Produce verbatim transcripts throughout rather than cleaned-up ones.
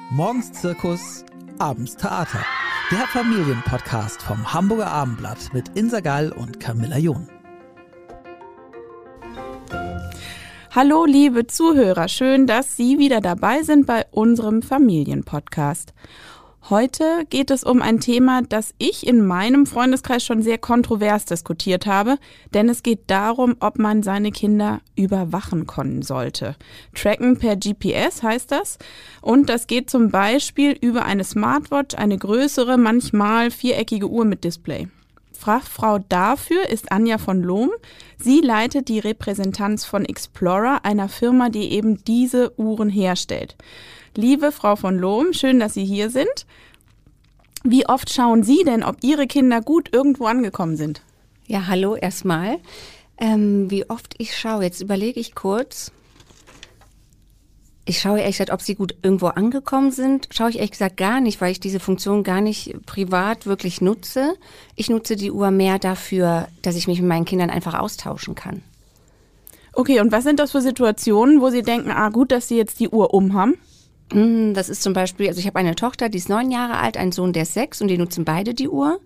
Morgens Zirkus, abends Theater. Der Familienpodcast vom Hamburger Abendblatt mit Insa Gall und Camilla John. Hallo liebe Zuhörer, schön, dass Sie wieder dabei sind bei unserem Familienpodcast. Heute geht es um ein Thema, das ich in meinem Freundeskreis schon sehr kontrovers diskutiert habe, denn es geht darum, ob man seine Kinder überwachen können sollte. Tracken per G P S heißt das, und das geht zum Beispiel über eine Smartwatch, eine größere, manchmal viereckige Uhr mit Display. Fachfrau dafür ist Anja von Lohm. Sie leitet die Repräsentanz von Explorer, einer Firma, die eben diese Uhren herstellt. Liebe Frau von Lohm, schön, dass Sie hier sind. Wie oft schauen Sie denn, ob Ihre Kinder gut irgendwo angekommen sind? Ja, hallo erstmal. Ähm, wie oft ich schaue, jetzt überlege ich kurz. Ich schaue ehrlich gesagt, ob sie gut irgendwo angekommen sind, schaue ich ehrlich gesagt gar nicht, weil ich diese Funktion gar nicht privat wirklich nutze. Ich nutze die Uhr mehr dafür, dass ich mich mit meinen Kindern einfach austauschen kann. Okay, und was sind das für Situationen, wo Sie denken, ah gut, dass Sie jetzt die Uhr umhaben? Das ist zum Beispiel, also ich habe eine Tochter, die ist neun Jahre alt, einen Sohn, der ist sechs, und die nutzen beide die Uhr.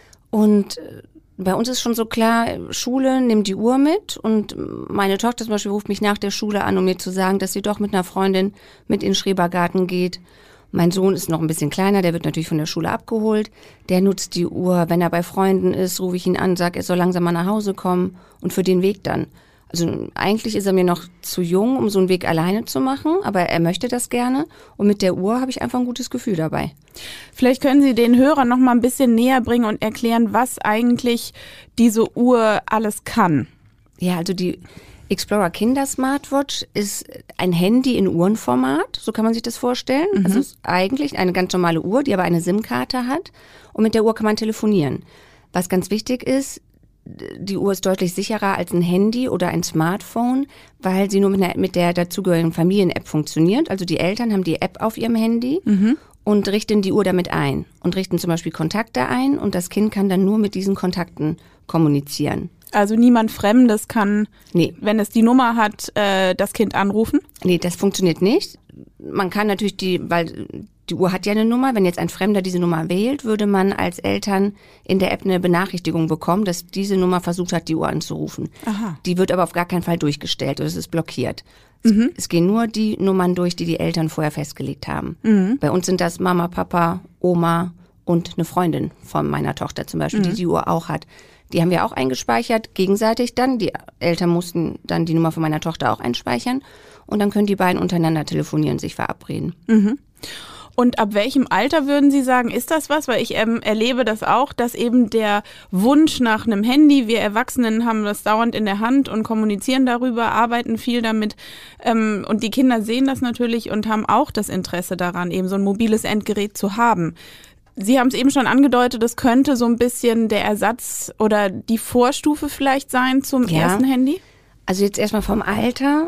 Und bei uns ist schon so klar, Schule nimmt die Uhr mit, und meine Tochter zum Beispiel ruft mich nach der Schule an, um mir zu sagen, dass sie doch mit einer Freundin mit in den Schrebergarten geht. Mein Sohn ist noch ein bisschen kleiner, der wird natürlich von der Schule abgeholt. Der nutzt die Uhr, wenn er bei Freunden ist, rufe ich ihn an, sage, er soll langsam mal nach Hause kommen, und für den Weg dann. Also eigentlich ist er mir noch zu jung, um so einen Weg alleine zu machen, aber er möchte das gerne, und mit der Uhr habe ich einfach ein gutes Gefühl dabei. Vielleicht können Sie den Hörern noch mal ein bisschen näher bringen und erklären, was eigentlich diese Uhr alles kann. Ja, also die Explorer Kinder Smartwatch ist ein Handy in Uhrenformat, so kann man sich das vorstellen. Mhm. Also es ist eigentlich eine ganz normale Uhr, die aber eine SIM-Karte hat, und mit der Uhr kann man telefonieren. Was ganz wichtig ist, die Uhr ist deutlich sicherer als ein Handy oder ein Smartphone, weil sie nur mit, einer, mit der dazugehörigen Familien-App funktioniert. Also die Eltern haben die App auf ihrem Handy mhm. und richten die Uhr damit ein und richten zum Beispiel Kontakte ein, und das Kind kann dann nur mit diesen Kontakten kommunizieren. Also niemand Fremdes kann, nee. wenn es die Nummer hat, äh, das Kind anrufen? Nee, das funktioniert nicht. Man kann natürlich die, weil die Uhr hat ja eine Nummer. Wenn jetzt ein Fremder diese Nummer wählt, würde man als Eltern in der App eine Benachrichtigung bekommen, dass diese Nummer versucht hat, die Uhr anzurufen. Aha. Die wird aber auf gar keinen Fall durchgestellt, oder es ist blockiert. Mhm. Es, es gehen nur die Nummern durch, die die Eltern vorher festgelegt haben. Mhm. Bei uns sind das Mama, Papa, Oma und eine Freundin von meiner Tochter zum Beispiel, mhm. die die Uhr auch hat. Die haben wir auch eingespeichert, gegenseitig dann. Die Eltern mussten dann die Nummer von meiner Tochter auch einspeichern, und dann können die beiden untereinander telefonieren, sich verabreden. Mhm. Und ab welchem Alter würden Sie sagen, ist das was? Weil ich ähm, erlebe das auch, dass eben der Wunsch nach einem Handy, wir Erwachsenen haben das dauernd in der Hand und kommunizieren darüber, arbeiten viel damit. Ähm, und die Kinder sehen das natürlich und haben auch das Interesse daran, eben so ein mobiles Endgerät zu haben. Sie haben es eben schon angedeutet, das könnte so ein bisschen der Ersatz oder die Vorstufe vielleicht sein zum ja. ersten Handy? Also jetzt erstmal vom Alter.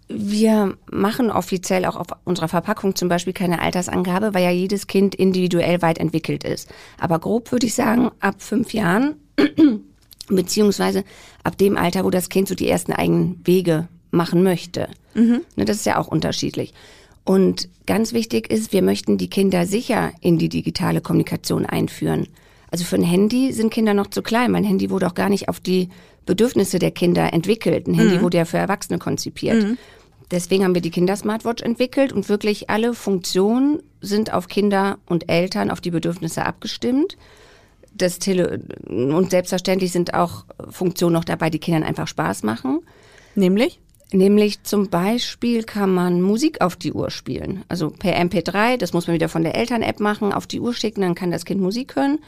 Wir machen offiziell auch auf unserer Verpackung zum Beispiel keine Altersangabe, weil ja jedes Kind individuell weit entwickelt ist. Aber grob würde ich sagen, ab fünf Jahren, beziehungsweise ab dem Alter, wo das Kind so die ersten eigenen Wege machen möchte. Mhm. Ne, das ist ja auch unterschiedlich. Und ganz wichtig ist, wir möchten die Kinder sicher in die digitale Kommunikation einführen. Also für ein Handy sind Kinder noch zu klein. Mein Handy wurde auch gar nicht auf die Bedürfnisse der Kinder entwickelt. Ein Handy mhm. wurde ja für Erwachsene konzipiert. Mhm. Deswegen haben wir die Kinder-Smartwatch entwickelt, und wirklich alle Funktionen sind auf Kinder und Eltern, auf die Bedürfnisse abgestimmt. Das Tele- und selbstverständlich sind auch Funktionen noch dabei, die Kindern einfach Spaß machen. Nämlich? Nämlich zum Beispiel kann man Musik auf die Uhr spielen. Also per M P drei, das muss man wieder von der Eltern-App machen, auf die Uhr schicken, dann kann das Kind Musik hören.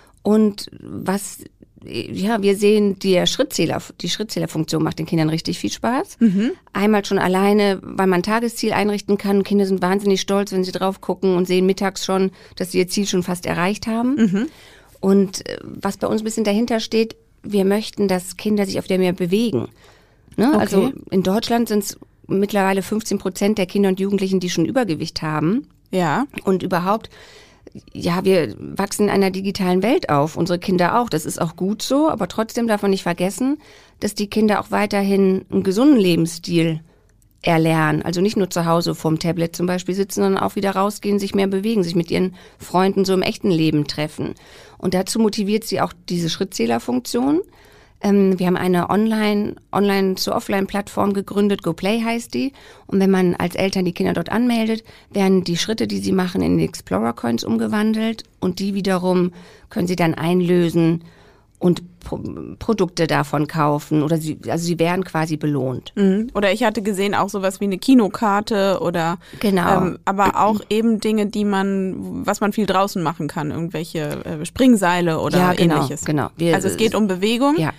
Und was, ja, wir sehen, der Schrittzähler, die Schrittzählerfunktion macht den Kindern richtig viel Spaß. Mhm. Einmal schon alleine, weil man ein Tagesziel einrichten kann. Kinder sind wahnsinnig stolz, wenn sie drauf gucken und sehen mittags schon, dass sie ihr Ziel schon fast erreicht haben. Mhm. Und was bei uns ein bisschen dahinter steht, wir möchten, dass Kinder sich auf der mehr bewegen. Ne? Okay. Also in Deutschland sind es mittlerweile fünfzehn Prozent der Kinder und Jugendlichen, die schon Übergewicht haben. Ja. Und überhaupt, ja, wir wachsen in einer digitalen Welt auf, unsere Kinder auch. Das ist auch gut so, aber trotzdem darf man nicht vergessen, dass die Kinder auch weiterhin einen gesunden Lebensstil erlernen. Also nicht nur zu Hause vorm Tablet zum Beispiel sitzen, sondern auch wieder rausgehen, sich mehr bewegen, sich mit ihren Freunden so im echten Leben treffen. Und dazu motiviert sie auch diese Schrittzählerfunktion. Ähm, wir haben eine Online, Online-zu-Offline-Plattform gegründet, GoPlay heißt die. Und wenn man als Eltern die Kinder dort anmeldet, werden die Schritte, die sie machen, in die Explorer-Coins umgewandelt. Und die wiederum können sie dann einlösen und Pro- Produkte davon kaufen oder sie, also sie werden quasi belohnt. Mhm. Oder ich hatte gesehen auch sowas wie eine Kinokarte oder Genau. ähm, aber auch eben Dinge, die man, was man viel draußen machen kann, irgendwelche äh, Springseile oder Ja, genau, ähnliches. genau. Wir- also es geht um Bewegung. Ja.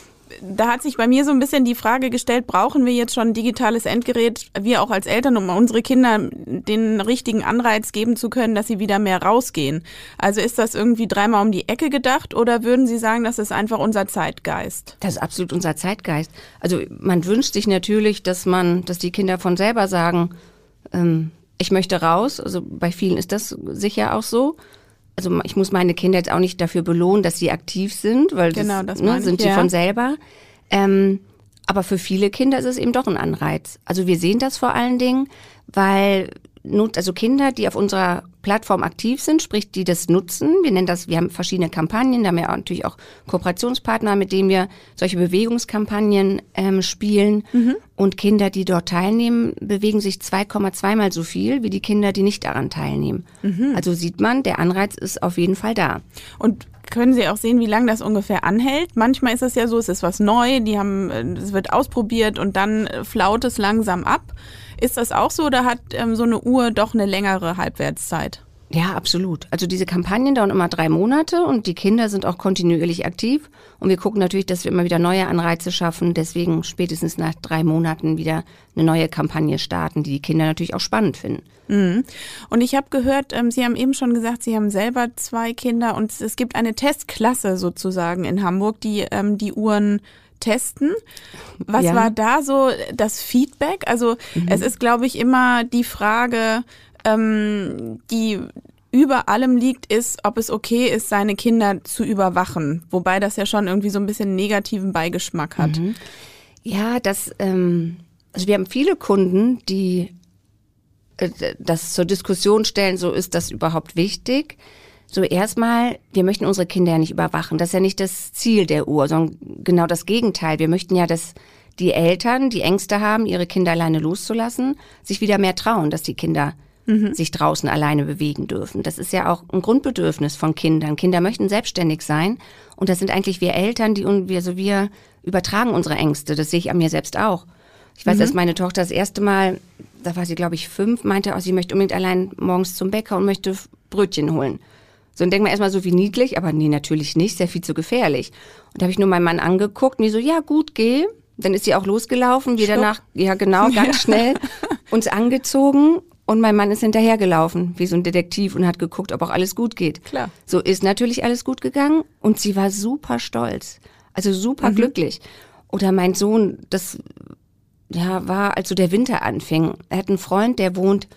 Da hat sich bei mir so ein bisschen die Frage gestellt, brauchen wir jetzt schon ein digitales Endgerät, wir auch als Eltern, um unsere Kinder den richtigen Anreiz geben zu können, dass sie wieder mehr rausgehen? Also ist das irgendwie dreimal um die Ecke gedacht oder würden Sie sagen, das ist einfach unser Zeitgeist? Das ist absolut unser Zeitgeist. Also man wünscht sich natürlich, dass man, dass die Kinder von selber sagen, ähm, ich möchte raus. Also bei vielen ist das sicher auch so. Also ich muss meine Kinder jetzt auch nicht dafür belohnen, dass sie aktiv sind, weil Genau, das, das meine ne, ich, sind sie ja. von selber. Ähm, aber für viele Kinder ist es eben doch ein Anreiz. Also wir sehen das vor allen Dingen, weil nut- also Kinder, die auf unserer Plattform aktiv sind, sprich die das nutzen. Wir nennen das, wir haben verschiedene Kampagnen, da haben wir auch natürlich auch Kooperationspartner, mit denen wir solche Bewegungskampagnen ähm, spielen. Mhm. Und Kinder, die dort teilnehmen, bewegen sich zwei Komma zwei Mal so viel wie die Kinder, die nicht daran teilnehmen. Mhm. Also sieht man, der Anreiz ist auf jeden Fall da. Und können Sie auch sehen, wie lange das ungefähr anhält? Manchmal ist es ja so, es ist was neu, die haben, es wird ausprobiert und dann flaut es langsam ab. Ist das auch so oder hat ähm, so eine Uhr doch eine längere Halbwertszeit? Ja, absolut. Also diese Kampagnen dauern immer drei Monate und die Kinder sind auch kontinuierlich aktiv. Und wir gucken natürlich, dass wir immer wieder neue Anreize schaffen. Deswegen spätestens nach drei Monaten wieder eine neue Kampagne starten, die die Kinder natürlich auch spannend finden. Mhm. Und ich habe gehört, ähm, Sie haben eben schon gesagt, Sie haben selber zwei Kinder und es gibt eine Testklasse sozusagen in Hamburg, die ähm, die Uhren testen. Was Ja. war da so das Feedback? Also mhm. es ist, glaube ich, immer die Frage, ähm, die über allem liegt, ist, ob es okay ist, seine Kinder zu überwachen. Wobei das ja schon irgendwie so ein bisschen negativen Beigeschmack hat. Mhm. Ja, das, ähm, also wir haben viele Kunden, die äh, das zur Diskussion stellen, so ist das überhaupt wichtig. So erstmal, wir möchten unsere Kinder ja nicht überwachen. Das ist ja nicht das Ziel der Uhr, sondern genau das Gegenteil. Wir möchten ja, dass die Eltern, die Ängste haben, ihre Kinder alleine loszulassen, sich wieder mehr trauen, dass die Kinder mhm. sich draußen alleine bewegen dürfen. Das ist ja auch ein Grundbedürfnis von Kindern. Kinder möchten selbstständig sein und das sind eigentlich wir Eltern, die wir, also wir übertragen unsere Ängste. Das sehe ich an mir selbst auch. Ich weiß, mhm. als meine Tochter das erste Mal, da war sie glaube ich fünf, meinte, oh, sie möchte unbedingt allein morgens zum Bäcker und möchte Brötchen holen. So, und denkt man erstmal so wie niedlich, aber nee, natürlich nicht, sehr viel zu gefährlich. Und da habe ich nur meinen Mann angeguckt und die so, ja gut, geh. Dann ist sie auch losgelaufen, wir danach, ja genau, ganz schnell uns angezogen und mein Mann ist hinterhergelaufen, wie so ein Detektiv und hat geguckt, ob auch alles gut geht. Klar. So ist natürlich alles gut gegangen und sie war super stolz, also super mhm. glücklich. Oder mein Sohn, das ja war, als so der Winter anfing, er hat einen Freund, der wohnt,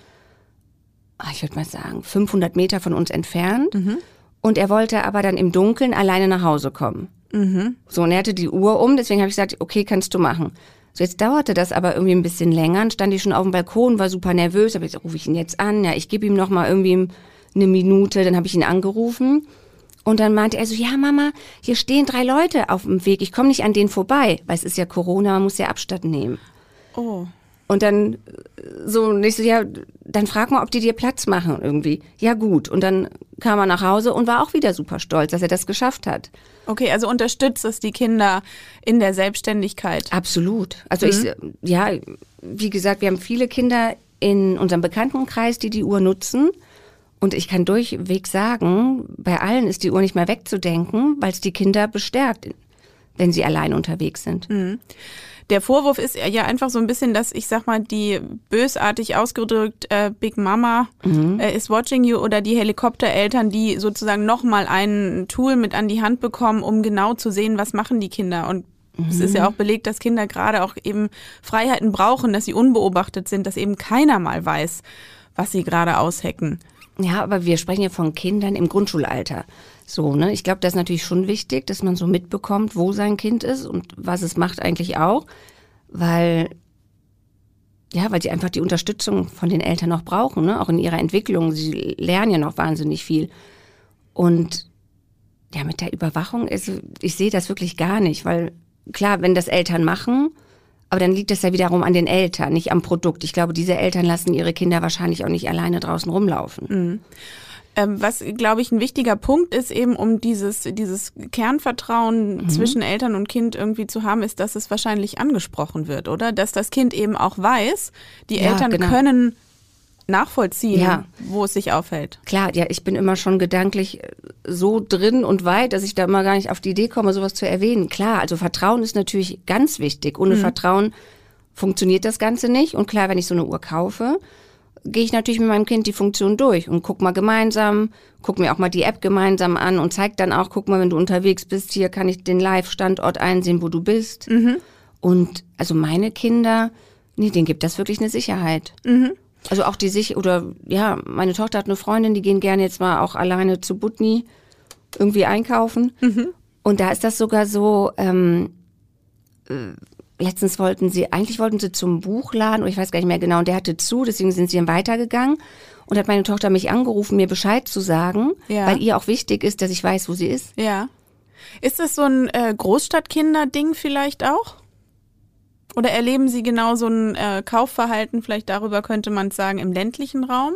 ich würde mal sagen, fünfhundert Meter von uns entfernt. Mhm. Und er wollte aber dann im Dunkeln alleine nach Hause kommen. Mhm. So, und er hatte die Uhr um, deswegen habe ich gesagt, okay, kannst du machen. So, jetzt dauerte das aber irgendwie ein bisschen länger. Dann stand ich schon auf dem Balkon, war super nervös. Aber jetzt rufe ich ihn jetzt an. Ja, ich gebe ihm noch mal irgendwie eine Minute. Dann habe ich ihn angerufen. Und dann meinte er so, ja Mama, hier stehen drei Leute auf dem Weg. Ich komme nicht an denen vorbei. Weil es ist ja Corona, man muss ja Abstand nehmen. Oh. Und dann so, und ich so, ja, dann frag mal, ob die dir Platz machen irgendwie. Ja gut. Und dann kam er nach Hause und war auch wieder super stolz, dass er das geschafft hat. Okay, also unterstützt es die Kinder in der Selbstständigkeit? Absolut. Also Mhm. ich, ja, wie gesagt, wir haben viele Kinder in unserem Bekanntenkreis, die die Uhr nutzen. Und ich kann durchweg sagen, bei allen ist die Uhr nicht mehr wegzudenken, weil es die Kinder bestärkt, wenn sie allein unterwegs sind. Mhm. Der Vorwurf ist ja einfach so ein bisschen, dass ich sag mal, die bösartig ausgedrückt äh, Big Mama mhm. äh, is watching you oder die Helikoptereltern, die sozusagen nochmal ein Tool mit an die Hand bekommen, um genau zu sehen, was machen die Kinder. Und mhm. es ist ja auch belegt, dass Kinder gerade auch eben Freiheiten brauchen, dass sie unbeobachtet sind, dass eben keiner mal weiß, was sie gerade aushecken. Ja, aber wir sprechen ja von Kindern im Grundschulalter. So, ne? Ich glaube, das ist natürlich schon wichtig, dass man so mitbekommt, wo sein Kind ist und was es macht eigentlich auch, weil ja, weil sie einfach die Unterstützung von den Eltern noch brauchen, ne? Auch in ihrer Entwicklung. Sie lernen ja noch wahnsinnig viel. Und ja, mit der Überwachung, ist, ich sehe das wirklich gar nicht, weil klar, wenn das Eltern machen, aber dann liegt es ja wiederum an den Eltern, nicht am Produkt. Ich glaube, diese Eltern lassen ihre Kinder wahrscheinlich auch nicht alleine draußen rumlaufen. Mhm. Ähm, was, glaube ich, ein wichtiger Punkt ist, eben um dieses, dieses Kernvertrauen mhm. zwischen Eltern und Kind irgendwie zu haben, ist, dass es wahrscheinlich angesprochen wird, oder? Dass das Kind eben auch weiß, die Ja, Eltern genau. können nachvollziehen, Ja. wo es sich aufhält. Klar, ja, ich bin immer schon gedanklich so drin und weit, dass ich da immer gar nicht auf die Idee komme, sowas zu erwähnen. Klar, also Vertrauen ist natürlich ganz wichtig. Ohne Mhm. Vertrauen funktioniert das Ganze nicht. Und klar, wenn ich so eine Uhr kaufe, gehe ich natürlich mit meinem Kind die Funktion durch und guck mal gemeinsam, guck mir auch mal die App gemeinsam an und zeig dann auch, guck mal, wenn du unterwegs bist, hier kann ich den Live-Standort einsehen, wo du bist. Mhm. Und also meine Kinder, nee, denen gibt das wirklich eine Sicherheit. Mhm. Also auch die sich oder ja, meine Tochter hat eine Freundin, die gehen gerne jetzt mal auch alleine zu Butni irgendwie einkaufen. Mhm. Und da ist das sogar so, ähm, äh, letztens wollten sie, eigentlich wollten sie zum Buchladen, oder ich weiß gar nicht mehr genau, und der hatte zu, deswegen sind sie dann weitergegangen. Und hat meine Tochter mich angerufen, mir Bescheid zu sagen, Ja. weil ihr auch wichtig ist, dass ich weiß, wo sie ist. Ja. Ist das so ein äh, Großstadtkinder-Ding vielleicht auch? Oder erleben Sie genau so ein äh, Kaufverhalten, vielleicht darüber könnte man es sagen, im ländlichen Raum?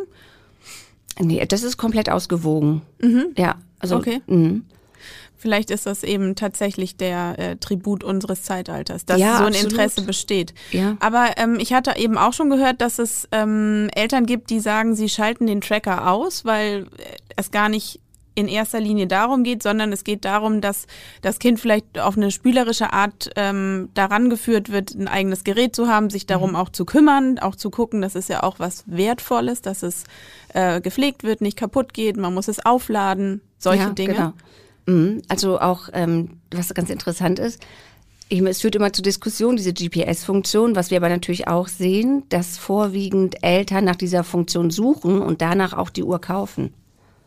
Nee, das ist komplett ausgewogen. Mhm. Ja, also. Okay. mh. Vielleicht ist das eben tatsächlich der äh, Tribut unseres Zeitalters, dass Ja, so ein absolut. Interesse besteht. Ja. Aber ähm, ich hatte eben auch schon gehört, dass es ähm, Eltern gibt, die sagen, sie schalten den Tracker aus, weil es gar nicht in erster Linie darum geht, sondern es geht darum, dass das Kind vielleicht auf eine spielerische Art ähm, daran geführt wird, ein eigenes Gerät zu haben, sich darum Mhm. auch zu kümmern, auch zu gucken, das ist ja auch was Wertvolles, dass es äh, gepflegt wird, nicht kaputt geht, man muss es aufladen, solche ja, Dinge. Genau. Mhm. Also auch, ähm, was ganz interessant ist, ich, es führt immer zu Diskussionen, diese G P S-Funktion, was wir aber natürlich auch sehen, dass vorwiegend Eltern nach dieser Funktion suchen und danach auch die Uhr kaufen.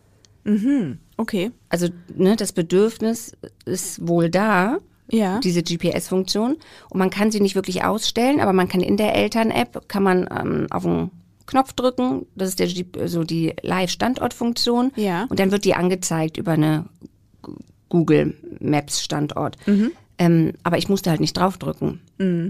Mhm. Okay. Also ne, das Bedürfnis ist wohl da, Ja. diese G P S-Funktion. Und man kann sie nicht wirklich ausstellen, aber man kann in der Eltern-App, kann man ähm, auf einen Knopf drücken, das ist der G- so die Live-Standort-Funktion. Ja. Und dann wird die angezeigt über eine Google Maps-Standort. Mhm. Ähm, aber ich musste halt nicht draufdrücken.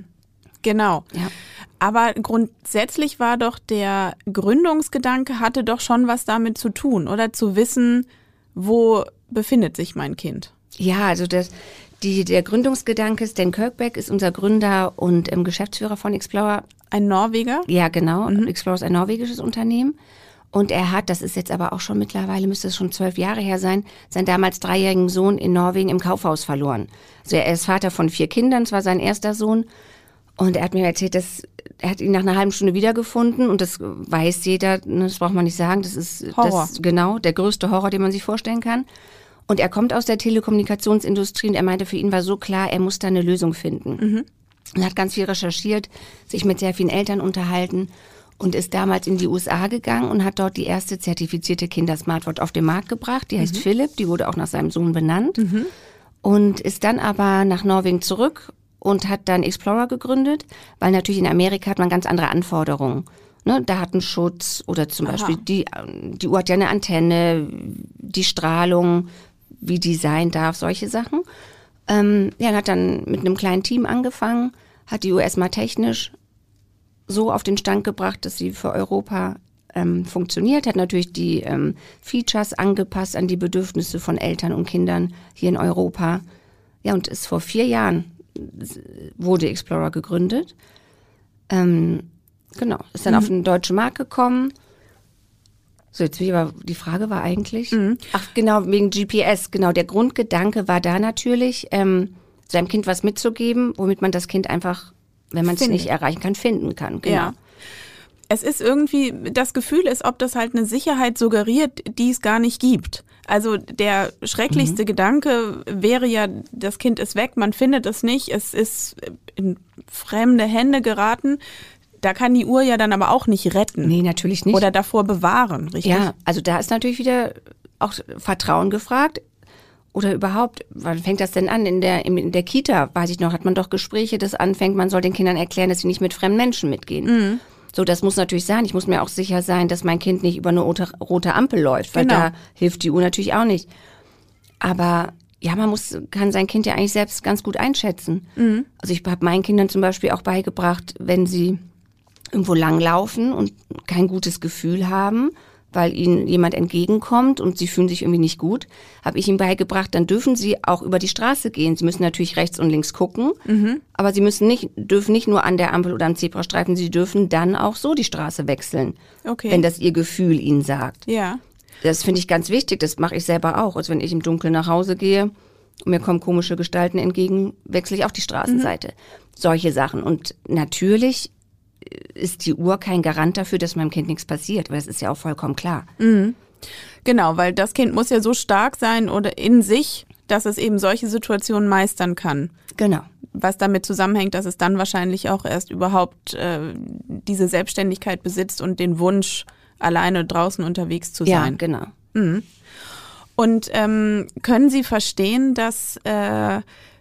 Genau. Ja. Aber grundsätzlich war doch der Gründungsgedanke, hatte doch schon was damit zu tun, oder? Zu wissen, wo befindet sich mein Kind? Ja, also das, die, der Gründungsgedanke, Stan Kirkbeck ist unser Gründer und ähm, Geschäftsführer von Explorer. Ein Norweger? Ja, genau. Mhm. Explorer ist ein norwegisches Unternehmen. Und er hat, das ist jetzt aber auch schon mittlerweile, müsste es schon zwölf Jahre her sein, seinen damals dreijährigen Sohn in Norwegen im Kaufhaus verloren. Also er ist Vater von vier Kindern, es war sein erster Sohn. Und er hat mir erzählt, dass er hat ihn nach einer halben Stunde wiedergefunden. Und das weiß jeder, ne, das braucht man nicht sagen. Das ist Horror. Das, genau der größte Horror, den man sich vorstellen kann. Und er kommt aus der Telekommunikationsindustrie und er meinte, für ihn war so klar, er muss da eine Lösung finden. Mhm. Und hat ganz viel recherchiert, sich mit sehr vielen Eltern unterhalten und ist damals in die U S A gegangen und hat dort die erste zertifizierte Kinder-Smartwatch auf den Markt gebracht. Die heißt Mhm. Philipp, die wurde auch nach seinem Sohn benannt. Mhm. Und ist dann aber nach Norwegen zurück und hat dann Explorer gegründet, weil natürlich in Amerika hat man ganz andere Anforderungen. Ne, Datenschutz oder zum Aha. Beispiel die, die Uhr hat ja eine Antenne, die Strahlung, wie die sein darf, solche Sachen. Ähm, ja, hat dann mit einem kleinen Team angefangen, hat die Uhr erstmal technisch so auf den Stand gebracht, dass sie für Europa ähm, funktioniert, hat natürlich die ähm, Features angepasst an die Bedürfnisse von Eltern und Kindern hier in Europa. Ja, und ist vor vier Jahren wurde Explorer gegründet. Ähm, genau, ist dann Mhm. auf den deutschen Markt gekommen. So, jetzt will ich aber, die Frage war eigentlich, Mhm. ach genau, wegen G P S, genau, der Grundgedanke war da natürlich, ähm, seinem Kind was mitzugeben, womit man das Kind einfach, wenn man es Findet. nicht erreichen kann, finden kann. Genau. Ja. Es ist irgendwie, das Gefühl ist, ob das halt eine Sicherheit suggeriert, die es gar nicht gibt. Also der schrecklichste Mhm. Gedanke wäre ja, das Kind ist weg, man findet es nicht, es ist in fremde Hände geraten. Da kann die Uhr ja dann aber auch nicht retten. Nee, natürlich nicht. Oder davor bewahren, richtig? Ja, also da ist natürlich wieder auch Vertrauen gefragt. Oder überhaupt, wann fängt das denn an? In der, in der Kita, weiß ich noch, hat man doch Gespräche, das anfängt, man soll den Kindern erklären, dass sie nicht mit fremden Menschen mitgehen. Mhm. So, das muss natürlich sein. Ich muss mir auch sicher sein, dass mein Kind nicht über eine rote, rote Ampel läuft, weil genau. da hilft die Uhr natürlich auch nicht. Aber ja, man muss, kann sein Kind ja eigentlich selbst ganz gut einschätzen. Mhm. Also ich habe meinen Kindern zum Beispiel auch beigebracht, wenn sie irgendwo langlaufen und kein gutes Gefühl haben, weil ihnen jemand entgegenkommt und sie fühlen sich irgendwie nicht gut, habe ich ihnen beigebracht, dann dürfen sie auch über die Straße gehen. Sie müssen natürlich rechts und links gucken, mhm. aber sie müssen nicht, dürfen nicht nur an der Ampel oder am Zebrastreifen, sie dürfen dann auch so die Straße wechseln, okay. wenn das ihr Gefühl ihnen sagt. Ja. Das finde ich ganz wichtig, das mache ich selber auch. Also wenn ich im Dunkeln nach Hause gehe und mir kommen komische Gestalten entgegen, wechsle ich auch die Straßenseite. Mhm. Solche Sachen. Und natürlich ist die Uhr kein Garant dafür, dass meinem Kind nichts passiert, weil das ist ja auch vollkommen klar. Mhm. Genau, weil das Kind muss ja so stark sein oder in sich, dass es eben solche Situationen meistern kann. Genau. Was damit zusammenhängt, dass es dann wahrscheinlich auch erst überhaupt äh, diese Selbstständigkeit besitzt und den Wunsch, alleine draußen unterwegs zu sein. Ja, genau. Mhm. Und ähm, können Sie verstehen, dass äh,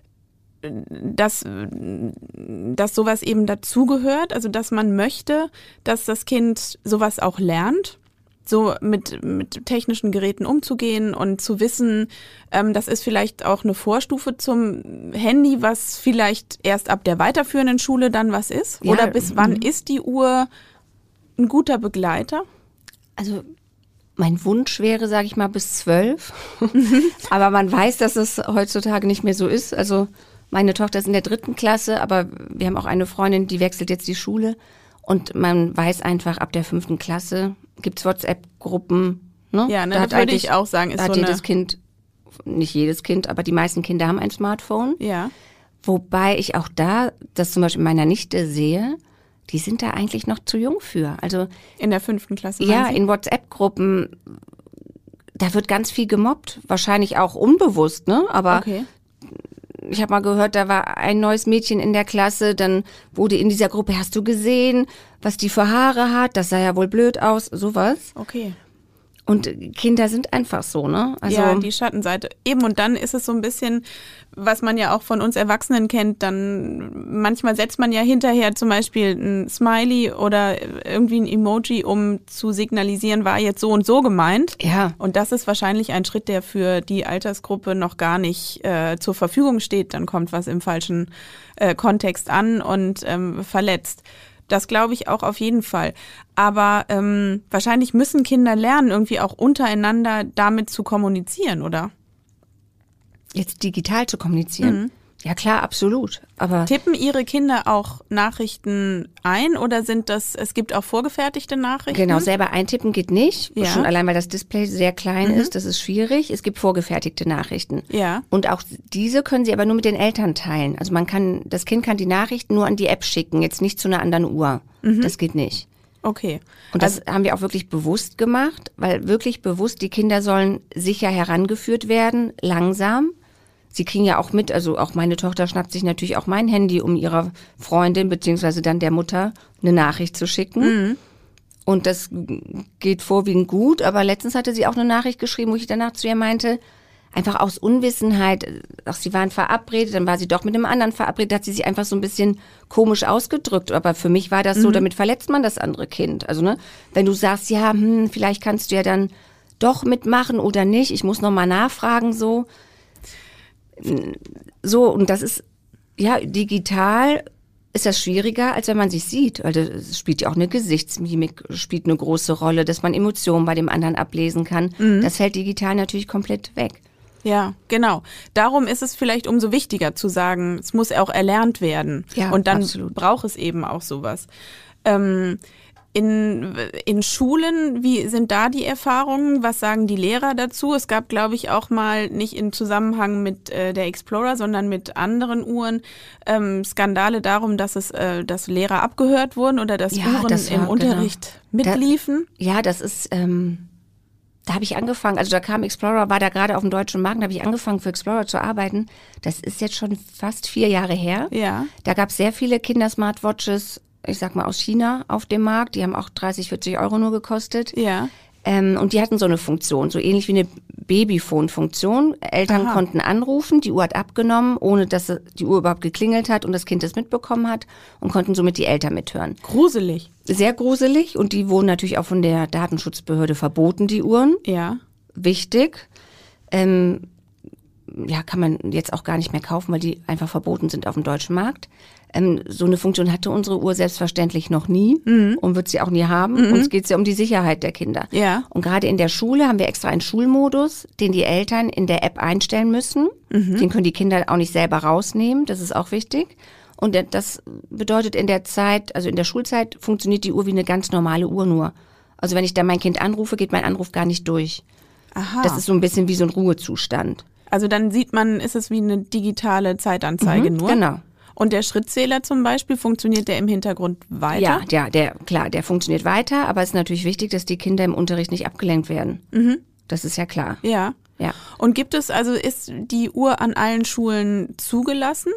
dass, dass sowas eben dazugehört, also dass man möchte, dass das Kind sowas auch lernt, so mit, mit technischen Geräten umzugehen und zu wissen, ähm, das ist vielleicht auch eine Vorstufe zum Handy, was vielleicht erst ab der weiterführenden Schule dann was ist? Ja. Oder bis wann ist die Uhr ein guter Begleiter? Also mein Wunsch wäre, sage ich mal, bis zwölf. Aber man weiß, dass es heutzutage nicht mehr so ist. Also meine Tochter ist in der dritten Klasse, aber wir haben auch eine Freundin, die wechselt jetzt die Schule. Und man weiß einfach, ab der fünften Klasse gibt's WhatsApp-Gruppen. Ne? Ja, ne, da das würde ich auch sagen. Ist da hat so jedes eine Kind, nicht jedes Kind, aber die meisten Kinder haben ein Smartphone. Ja. Wobei ich auch da, das zum Beispiel meiner Nichte sehe, die sind da eigentlich noch zu jung für. Also in der fünften Klasse? Ja, in WhatsApp-Gruppen, da wird ganz viel gemobbt. Wahrscheinlich auch unbewusst, ne? Aber okay. Ich habe mal gehört, da war ein neues Mädchen in der Klasse, dann wurde in dieser Gruppe, hast du gesehen, was die für Haare hat? Das sah ja wohl blöd aus, sowas. Okay. Und Kinder sind einfach so, ne? Also ja, die Schattenseite. Eben, und dann ist es so ein bisschen, was man ja auch von uns Erwachsenen kennt, dann manchmal setzt man ja hinterher zum Beispiel ein Smiley oder irgendwie ein Emoji, um zu signalisieren, war jetzt so und so gemeint. Ja. Und das ist wahrscheinlich ein Schritt, der für die Altersgruppe noch gar nicht äh, zur Verfügung steht. Dann kommt was im falschen äh, Kontext an und ähm, verletzt. Das glaube ich auch auf jeden Fall. Aber ähm, wahrscheinlich müssen Kinder lernen, irgendwie auch untereinander damit zu kommunizieren, oder? Jetzt digital zu kommunizieren? Mhm. Ja klar, absolut. Aber tippen Ihre Kinder auch Nachrichten ein oder sind das, es gibt auch vorgefertigte Nachrichten? Genau, selber eintippen geht nicht. Ja. Schon allein, weil das Display sehr klein mhm. ist, das ist schwierig. Es gibt vorgefertigte Nachrichten. Ja. Und auch diese können Sie aber nur mit den Eltern teilen. Also man kann, das Kind kann die Nachrichten nur an die App schicken, jetzt nicht zu einer anderen Uhr. Mhm. Das geht nicht. Okay. Und das also haben wir auch wirklich bewusst gemacht, weil wirklich bewusst, die Kinder sollen sicher herangeführt werden, langsam. Sie kriegen ja auch mit, also auch meine Tochter schnappt sich natürlich auch mein Handy, um ihrer Freundin beziehungsweise dann der Mutter eine Nachricht zu schicken. Mhm. Und das geht vorwiegend gut, aber letztens hatte sie auch eine Nachricht geschrieben, wo ich danach zu ihr meinte, einfach aus Unwissenheit, ach, sie waren verabredet, dann war sie doch mit einem anderen verabredet, hat sie sich einfach so ein bisschen komisch ausgedrückt. Aber für mich war das so, mhm. damit verletzt man das andere Kind. Also ne, wenn du sagst, ja, hm, vielleicht kannst du ja dann doch mitmachen oder nicht, ich muss nochmal nachfragen, so. So, und das ist, ja, digital ist das schwieriger, als wenn man sich sieht. Also es spielt ja auch eine Gesichtsmimik, spielt eine große Rolle, dass man Emotionen bei dem anderen ablesen kann. Mhm. Das fällt digital natürlich komplett weg. Ja, genau. Darum ist es vielleicht umso wichtiger zu sagen, es muss auch erlernt werden. Ja, und dann absolut. Braucht es eben auch sowas. Ähm, In, in Schulen, wie sind da die Erfahrungen? Was sagen die Lehrer dazu? Es gab, glaube ich, auch mal nicht im Zusammenhang mit äh, der Explorer, sondern mit anderen Uhren ähm, Skandale darum, dass es, äh, dass Lehrer abgehört wurden oder dass ja, Uhren das war, im Unterricht genau. mitliefen. Da, ja, das ist, ähm, da habe ich angefangen, also da kam Explorer, war da gerade auf dem deutschen Markt, da habe ich angefangen für Explorer zu arbeiten. Das ist jetzt schon fast vier Jahre her. Ja. Da gab es sehr viele Kinder-Smartwatches, ich sag mal aus China auf dem Markt, die haben auch dreißig, vierzig Euro nur gekostet. Ja. Ähm, und die hatten so eine Funktion, so ähnlich wie eine Babyphone-Funktion. Eltern Aha. konnten anrufen, die Uhr hat abgenommen, ohne dass die Uhr überhaupt geklingelt hat und das Kind das mitbekommen hat und konnten somit die Eltern mithören. Gruselig. Sehr gruselig und die wurden natürlich auch von der Datenschutzbehörde verboten, die Uhren. Ja. Wichtig. Ähm, ja, kann man jetzt auch gar nicht mehr kaufen, weil die einfach verboten sind auf dem deutschen Markt. Ähm, so eine Funktion hatte unsere Uhr selbstverständlich noch nie mhm. und wird sie auch nie haben. Mhm. Uns geht es ja um die Sicherheit der Kinder. Ja. Und gerade in der Schule haben wir extra einen Schulmodus, den die Eltern in der App einstellen müssen. Mhm. Den können die Kinder auch nicht selber rausnehmen, das ist auch wichtig. Und das bedeutet in der Zeit, also in der Schulzeit funktioniert die Uhr wie eine ganz normale Uhr nur. Also wenn ich da mein Kind anrufe, geht mein Anruf gar nicht durch. Aha. Das ist so ein bisschen wie so ein Ruhezustand. Also dann sieht man, ist es wie eine digitale Zeitanzeige Mhm, nur. genau. Und der Schrittzähler zum Beispiel, funktioniert der im Hintergrund weiter? Ja, ja, der, klar, der funktioniert weiter, aber es ist natürlich wichtig, dass die Kinder im Unterricht nicht abgelenkt werden. Mhm. Das ist ja klar. Ja. Ja. Und gibt es, also ist die Uhr an allen Schulen zugelassen?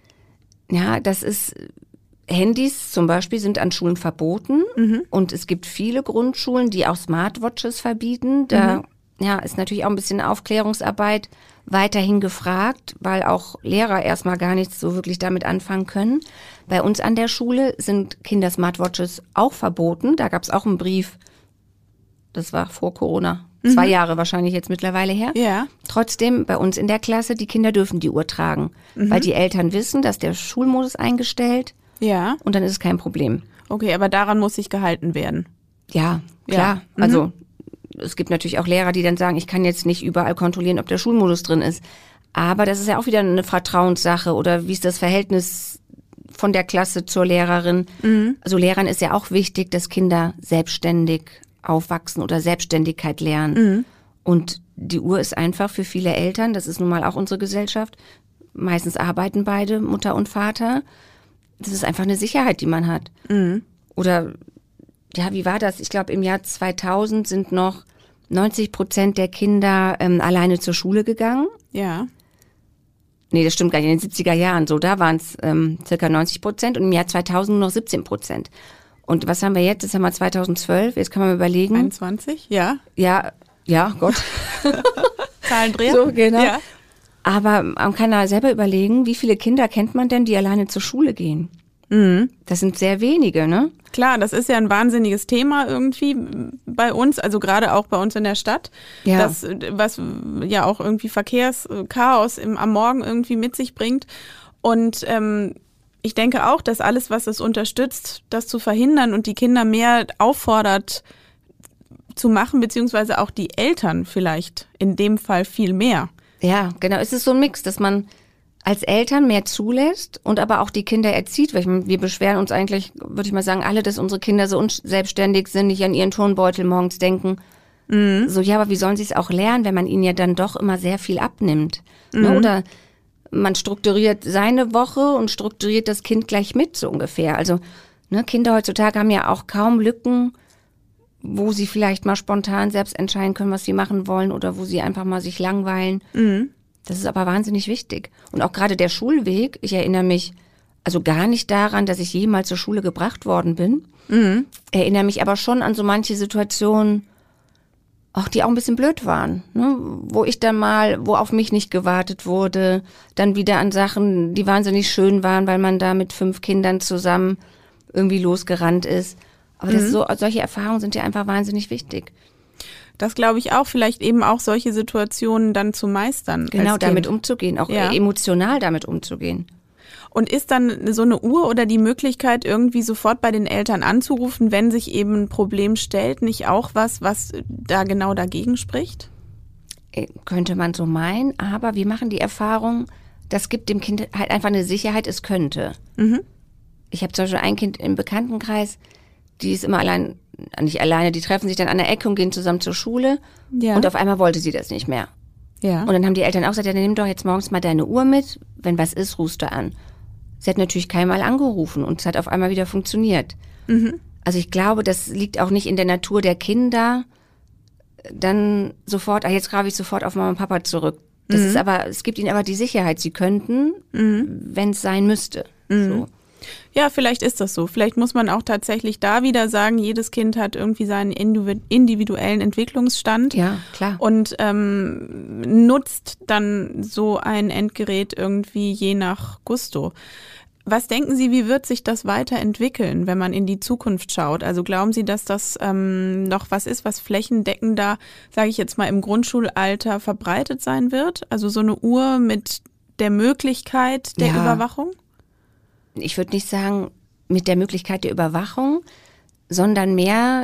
Ja, das ist, Handys zum Beispiel sind an Schulen verboten mhm. und es gibt viele Grundschulen, die auch Smartwatches verbieten. Da mhm. ja, ist natürlich auch ein bisschen Aufklärungsarbeit weiterhin gefragt, weil auch Lehrer erstmal gar nichts so wirklich damit anfangen können. Bei uns an der Schule sind Kinder-Smartwatches auch verboten. Da gab es auch einen Brief, das war vor Corona, mhm. zwei Jahre wahrscheinlich jetzt mittlerweile her. Ja. Trotzdem, bei uns in der Klasse, die Kinder dürfen die Uhr tragen, mhm. weil die Eltern wissen, dass der Schulmodus eingestellt ja. und dann ist es kein Problem. Okay, aber daran muss sich gehalten werden. Ja, klar. Ja. Mhm. Also es gibt natürlich auch Lehrer, die dann sagen, ich kann jetzt nicht überall kontrollieren, ob der Schulmodus drin ist. Aber das ist ja auch wieder eine Vertrauenssache oder wie ist das Verhältnis von der Klasse zur Lehrerin. Mhm. Also Lehrern ist ja auch wichtig, dass Kinder selbstständig aufwachsen oder Selbstständigkeit lernen. Mhm. Und die Uhr ist einfach für viele Eltern, das ist nun mal auch unsere Gesellschaft, meistens arbeiten beide, Mutter und Vater. Das ist einfach eine Sicherheit, die man hat. Mhm. Oder ja, wie war das? Ich glaube, im Jahr zweitausend sind noch neunzig Prozent der Kinder ähm, alleine zur Schule gegangen. Ja. Nee, das stimmt gar nicht. In den siebziger Jahren so, da waren es ähm, circa neunzig Prozent und im Jahr zweitausend nur noch siebzehn Prozent. Und was haben wir jetzt? Das haben wir zweitausendzwölf. Jetzt kann man überlegen. einundzwanzig, ja. Ja, ja, Gott. Zahlendreher. So, genau. Ja. Aber man kann da selber überlegen, wie viele Kinder kennt man denn, die alleine zur Schule gehen? Mhm. Das sind sehr wenige, ne? Klar, das ist ja ein wahnsinniges Thema irgendwie bei uns, also gerade auch bei uns in der Stadt, ja. das, was ja auch irgendwie Verkehrschaos im, am Morgen irgendwie mit sich bringt. Und ähm, ich denke auch, dass alles, was es unterstützt, das zu verhindern und die Kinder mehr auffordert zu machen, beziehungsweise auch die Eltern vielleicht in dem Fall viel mehr. Ja, genau. Es ist so ein Mix, dass man als Eltern mehr zulässt und aber auch die Kinder erzieht. Weil wir beschweren uns eigentlich, würde ich mal sagen, alle, dass unsere Kinder so unselbstständig sind, nicht an ihren Turnbeutel morgens denken. Mhm. So, ja, aber wie sollen sie es auch lernen, wenn man ihnen ja dann doch immer sehr viel abnimmt? Mhm. Ne? Oder man strukturiert seine Woche und strukturiert das Kind gleich mit, so ungefähr. Also ne, Kinder heutzutage haben ja auch kaum Lücken, wo sie vielleicht mal spontan selbst entscheiden können, was sie machen wollen oder wo sie einfach mal sich langweilen. Mhm. Das ist aber wahnsinnig wichtig. Und auch gerade der Schulweg, ich erinnere mich also gar nicht daran, dass ich jemals zur Schule gebracht worden bin. Mhm. Erinnere mich aber schon an so manche Situationen, auch die auch ein bisschen blöd waren, ne? Wo ich dann mal, wo auf mich nicht gewartet wurde, dann wieder an Sachen, die wahnsinnig schön waren, weil man da mit fünf Kindern zusammen irgendwie losgerannt ist. Aber das Mhm. so, solche Erfahrungen sind ja einfach wahnsinnig wichtig. Das glaube ich auch, vielleicht eben auch solche Situationen dann zu meistern. Genau, als damit Kind. umzugehen, auch Ja. emotional damit umzugehen. Und ist dann so eine Uhr oder die Möglichkeit, irgendwie sofort bei den Eltern anzurufen, wenn sich eben ein Problem stellt, nicht auch was, was da genau dagegen spricht? Könnte man so meinen, aber wir machen die Erfahrung, das gibt dem Kind halt einfach eine Sicherheit, es könnte. Mhm. Ich habe zum Beispiel ein Kind im Bekanntenkreis, die ist immer allein, nicht alleine, die treffen sich dann an der Ecke und gehen zusammen zur Schule Ja. und auf einmal wollte sie das nicht mehr. Ja. Und dann haben die Eltern auch gesagt, ja, dann nimm doch jetzt morgens mal deine Uhr mit, wenn was ist, rufst du an. Sie hat natürlich keinmal angerufen und es hat auf einmal wieder funktioniert. Mhm. Also ich glaube, das liegt auch nicht in der Natur der Kinder, dann sofort, ah, jetzt greife ich sofort auf Mama und Papa zurück. Das Mhm. ist aber, es gibt ihnen aber die Sicherheit, sie könnten, mhm. wenn es sein müsste. Mhm. So. Ja, vielleicht ist das so. Vielleicht muss man auch tatsächlich da wieder sagen, jedes Kind hat irgendwie seinen individuellen Entwicklungsstand. Ja, klar. Und ähm, nutzt dann so ein Endgerät irgendwie je nach Gusto. Was denken Sie, wie wird sich das weiterentwickeln, wenn man in die Zukunft schaut? Also glauben Sie, dass das ähm, noch was ist, was flächendeckender, sage ich jetzt mal, im Grundschulalter verbreitet sein wird? Also so eine Uhr mit der Möglichkeit der Ja. Überwachung? Ich würde nicht sagen, mit der Möglichkeit der Überwachung, sondern mehr,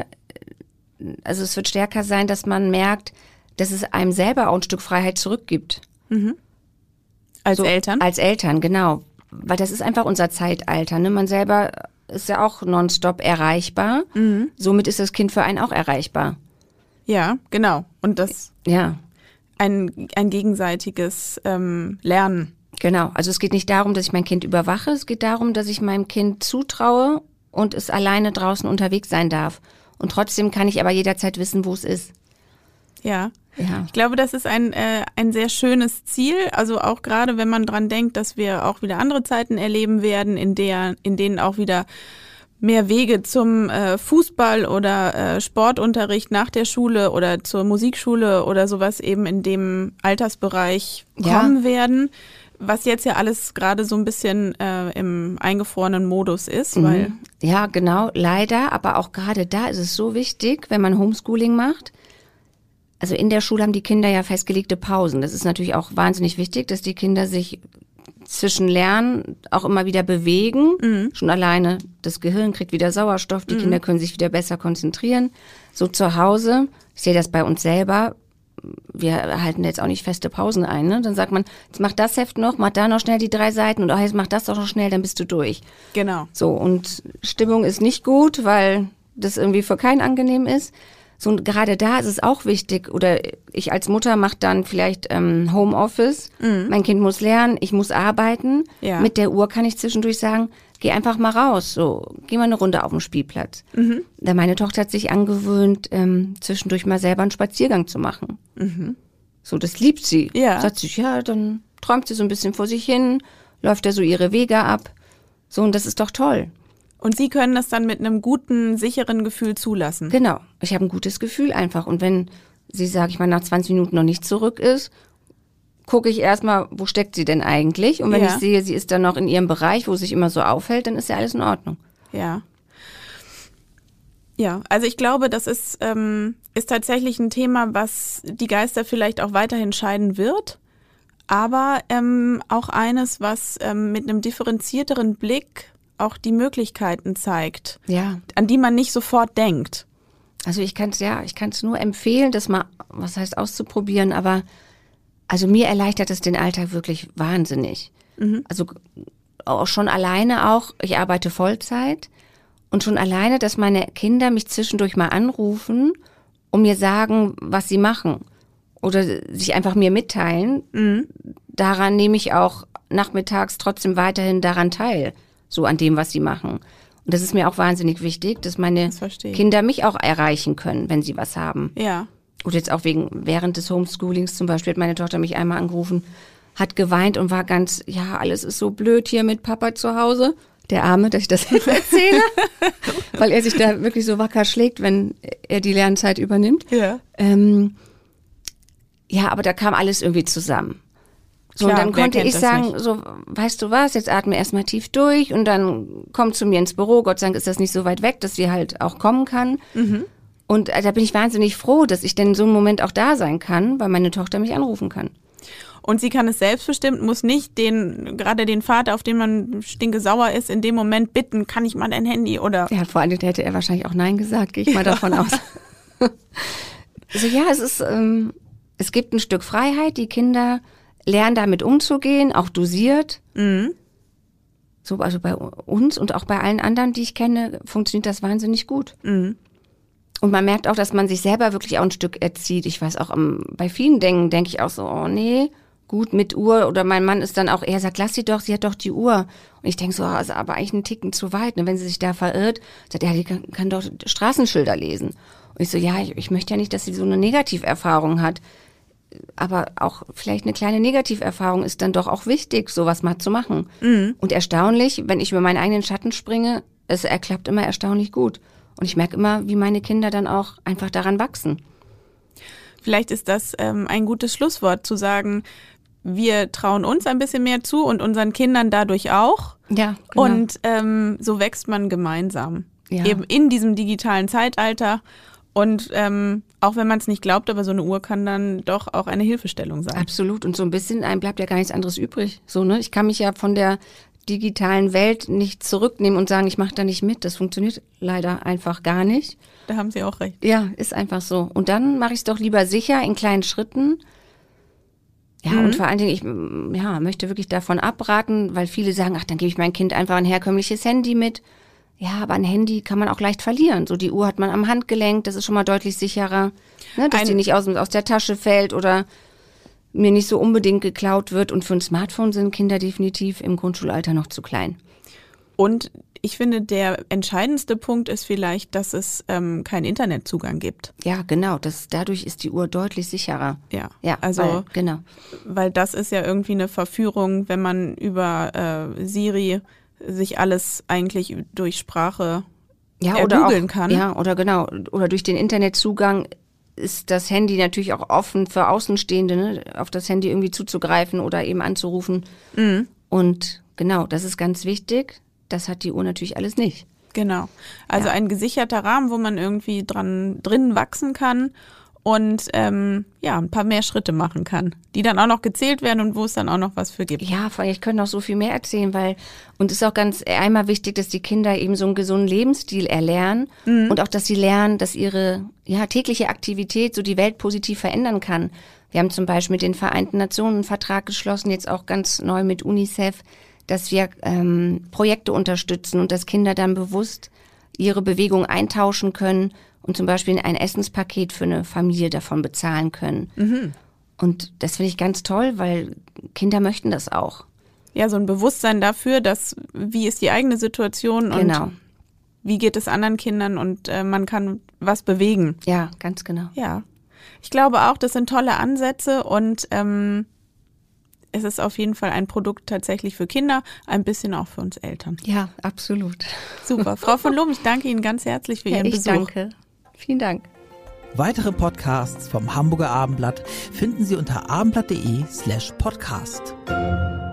also es wird stärker sein, dass man merkt, dass es einem selber auch ein Stück Freiheit zurückgibt. Mhm. Als So, Eltern? Als Eltern, genau. Weil das ist einfach unser Zeitalter. Ne? Man selber ist ja auch nonstop erreichbar. Mhm. Somit ist das Kind für einen auch erreichbar. Ja, genau. Und das Ja, ein, ein gegenseitiges ähm, Lernen. genau. Also es geht nicht darum, dass ich mein Kind überwache. Es geht darum, dass ich meinem Kind zutraue und es alleine draußen unterwegs sein darf. Und trotzdem kann ich aber jederzeit wissen, wo es ist. Ja. Ja. Ich glaube, das ist ein, äh, ein sehr schönes Ziel. Also auch gerade, wenn man dran denkt, dass wir auch wieder andere Zeiten erleben werden, in der, in denen auch wieder mehr Wege zum äh, Fußball oder äh, Sportunterricht nach der Schule oder zur Musikschule oder sowas eben in dem Altersbereich Ja. kommen werden. Was jetzt ja alles gerade so ein bisschen äh, im eingefrorenen Modus ist, weil Mhm. Ja, genau, leider. Aber auch gerade da ist es so wichtig, wenn man Homeschooling macht. Also in der Schule haben die Kinder ja festgelegte Pausen. Das ist natürlich auch wahnsinnig wichtig, dass die Kinder sich zwischen Lernen auch immer wieder bewegen. Mhm. Schon alleine das Gehirn kriegt wieder Sauerstoff, die mhm. Kinder können sich wieder besser konzentrieren. So zu Hause, ich sehe das bei uns selber, wir halten jetzt auch nicht feste Pausen ein. Ne? Dann sagt man, jetzt mach das Heft noch, mach da noch schnell die drei Seiten und auch jetzt mach das doch noch schnell, dann bist du durch. genau. So, und Stimmung ist nicht gut, weil das irgendwie für keinen angenehm ist. So, und gerade da ist es auch wichtig, oder ich als Mutter mache dann vielleicht ähm, Homeoffice, mhm. mein Kind muss lernen, ich muss arbeiten. Ja. Mit der Uhr kann ich zwischendurch sagen, geh einfach mal raus, so, geh mal eine Runde auf den Spielplatz. Mhm. Da meine Tochter hat sich angewöhnt, ähm, zwischendurch mal selber einen Spaziergang zu machen. Mhm. So, das liebt sie. Ja. Sagt sich, ja, dann träumt sie so ein bisschen vor sich hin, läuft da so ihre Wege ab. So, und das ist doch toll. Und Sie können das dann mit einem guten, sicheren Gefühl zulassen. Genau. Ich habe ein gutes Gefühl einfach. Und wenn sie, sag ich mal, nach zwanzig Minuten noch nicht zurück ist, gucke ich erstmal, wo steckt sie denn eigentlich? Und wenn Ja. ich sehe, sie ist dann noch in ihrem Bereich, wo sie sich immer so aufhält, dann ist ja alles in Ordnung. Ja. Ja, also ich glaube, das ist, ähm, ist tatsächlich ein Thema, was die Geister vielleicht auch weiterhin scheiden wird. Aber ähm, auch eines, was ähm, mit einem differenzierteren Blick auch die Möglichkeiten zeigt, Ja. an die man nicht sofort denkt. Also ich kann es ja, ich kann es nur empfehlen, das mal, was heißt auszuprobieren, aber also mir erleichtert es den Alltag wirklich wahnsinnig. Mhm. Also auch schon alleine auch, ich arbeite Vollzeit und schon alleine, dass meine Kinder mich zwischendurch mal anrufen und mir sagen, was sie machen oder sich einfach mir mitteilen, mhm. daran nehme ich auch nachmittags trotzdem weiterhin daran teil, so an dem, was sie machen. Und das ist mir auch wahnsinnig wichtig, dass meine das Kinder mich auch erreichen können, wenn sie was haben. Ja. Oder jetzt auch wegen, während des Homeschoolings zum Beispiel hat meine Tochter mich einmal angerufen, hat geweint und war ganz, ja, alles ist so blöd hier mit Papa zu Hause. Der Arme, dass ich das jetzt erzähle, weil er sich da wirklich so wacker schlägt, wenn er die Lernzeit übernimmt. Ja. Ähm, ja, aber da kam alles irgendwie zusammen. So, Klar, und dann konnte ich sagen, nicht? so, weißt du was, jetzt atme erstmal tief durch und dann komm zu mir ins Büro. Gott sei Dank ist das nicht so weit weg, dass sie halt auch kommen kann. Mhm. Und äh, da bin ich wahnsinnig froh, dass ich denn in so einem Moment auch da sein kann, weil meine Tochter mich anrufen kann. Und sie kann es selbstbestimmt, muss nicht den, gerade den Vater, auf den man stinkesauer ist, in dem Moment bitten, kann ich mal dein Handy oder... Ja, vor allem hätte er wahrscheinlich auch Nein gesagt, gehe ich mal ja. davon aus. Also ja, es ist, ähm, es gibt ein Stück Freiheit, die Kinder lernen damit umzugehen, auch dosiert. Mhm. So, also bei uns und auch bei allen anderen, die ich kenne, funktioniert das wahnsinnig gut. Mhm. Und man merkt auch, dass man sich selber wirklich auch ein Stück erzieht. Ich weiß auch, um, bei vielen Dingen denke ich auch so, oh nee, gut mit Uhr. Oder mein Mann ist dann auch, er sagt, lass sie doch, sie hat doch die Uhr. Und ich denke so, oh, ist aber eigentlich ein Ticken zu weit. Und wenn sie sich da verirrt, sagt er, ja, die kann, kann doch Straßenschilder lesen. Und ich so, ja, ich, ich möchte ja nicht, dass sie so eine Negativerfahrung hat. aber auch vielleicht eine kleine Negativerfahrung ist dann doch auch wichtig, sowas mal zu machen. Mhm. Und erstaunlich, wenn ich über meinen eigenen Schatten springe, es er klappt immer erstaunlich gut. Und ich merke immer, wie meine Kinder dann auch einfach daran wachsen. Vielleicht ist das ähm, ein gutes Schlusswort, zu sagen, wir trauen uns ein bisschen mehr zu und unseren Kindern dadurch auch. Ja, genau. Und ähm, so wächst man gemeinsam. Ja. Eben in diesem digitalen Zeitalter. Und ähm, auch wenn man es nicht glaubt, aber so eine Uhr kann dann doch auch eine Hilfestellung sein. Absolut. Und so ein bisschen, einem bleibt ja gar nichts anderes übrig. So, ne? Ich kann mich ja von der digitalen Welt nicht zurücknehmen und sagen, ich mache da nicht mit. Das funktioniert leider einfach gar nicht. Da haben Sie auch recht. Ja, ist einfach so. Und dann mache ich es doch lieber sicher in kleinen Schritten. Ja, Mhm. und vor allen Dingen, ich ja, möchte wirklich davon abraten, weil viele sagen, ach, dann gebe ich meinem Kind einfach ein herkömmliches Handy mit. Ja, aber ein Handy kann man auch leicht verlieren. So, die Uhr hat man am Handgelenk, das ist schon mal deutlich sicherer, ne, dass Ein- die nicht aus, aus der Tasche fällt oder mir nicht so unbedingt geklaut wird. Und für ein Smartphone sind Kinder definitiv im Grundschulalter noch zu klein. Und ich finde, der entscheidendste Punkt ist vielleicht, dass es ähm, keinen Internetzugang gibt. Ja, genau. Das, dadurch ist die Uhr deutlich sicherer. Ja, Ja, also weil, genau. weil das ist ja irgendwie eine Verführung, wenn man über äh, Siri sich alles eigentlich durch Sprache Ja, oder ergoogeln auch, kann. Ja, oder genau. Oder durch den Internetzugang ist das Handy natürlich auch offen für Außenstehende, ne, auf das Handy irgendwie zuzugreifen oder eben anzurufen. Mhm. Und genau, das ist ganz wichtig. Das hat die Uhr natürlich alles nicht. Genau. Also Ja. ein gesicherter Rahmen, wo man irgendwie dran drin wachsen kann und ähm, ja, ein paar mehr Schritte machen kann, die dann auch noch gezählt werden und wo es dann auch noch was für gibt. Ja, vor allem, ich könnte noch so viel mehr erzählen, weil, und es ist auch ganz einmal wichtig, dass die Kinder eben so einen gesunden Lebensstil erlernen und auch, dass sie lernen, dass ihre ja, tägliche Aktivität so die Welt positiv verändern kann. Wir haben zum Beispiel mit den Vereinten Nationen einen Vertrag geschlossen, jetzt auch ganz neu mit UNICEF, dass wir ähm, Projekte unterstützen und dass Kinder dann bewusst ihre Bewegung eintauschen können und zum Beispiel ein Essenspaket für eine Familie davon bezahlen können. Mhm. Und das finde ich ganz toll, weil Kinder möchten das auch. Ja, so ein Bewusstsein dafür, dass wie ist die eigene Situation und Genau. wie geht es anderen Kindern und äh, man kann was bewegen. Ja, ganz genau. Ja, ich glaube auch, das sind tolle Ansätze und ähm, es ist auf jeden Fall ein Produkt tatsächlich für Kinder, ein bisschen auch für uns Eltern. Ja, absolut. Super. Frau von Lohm, ich danke Ihnen ganz herzlich für Ja, Ihren ich Besuch. danke. Vielen Dank. Weitere Podcasts vom Hamburger Abendblatt finden Sie unter abendblatt punkt de slash podcast.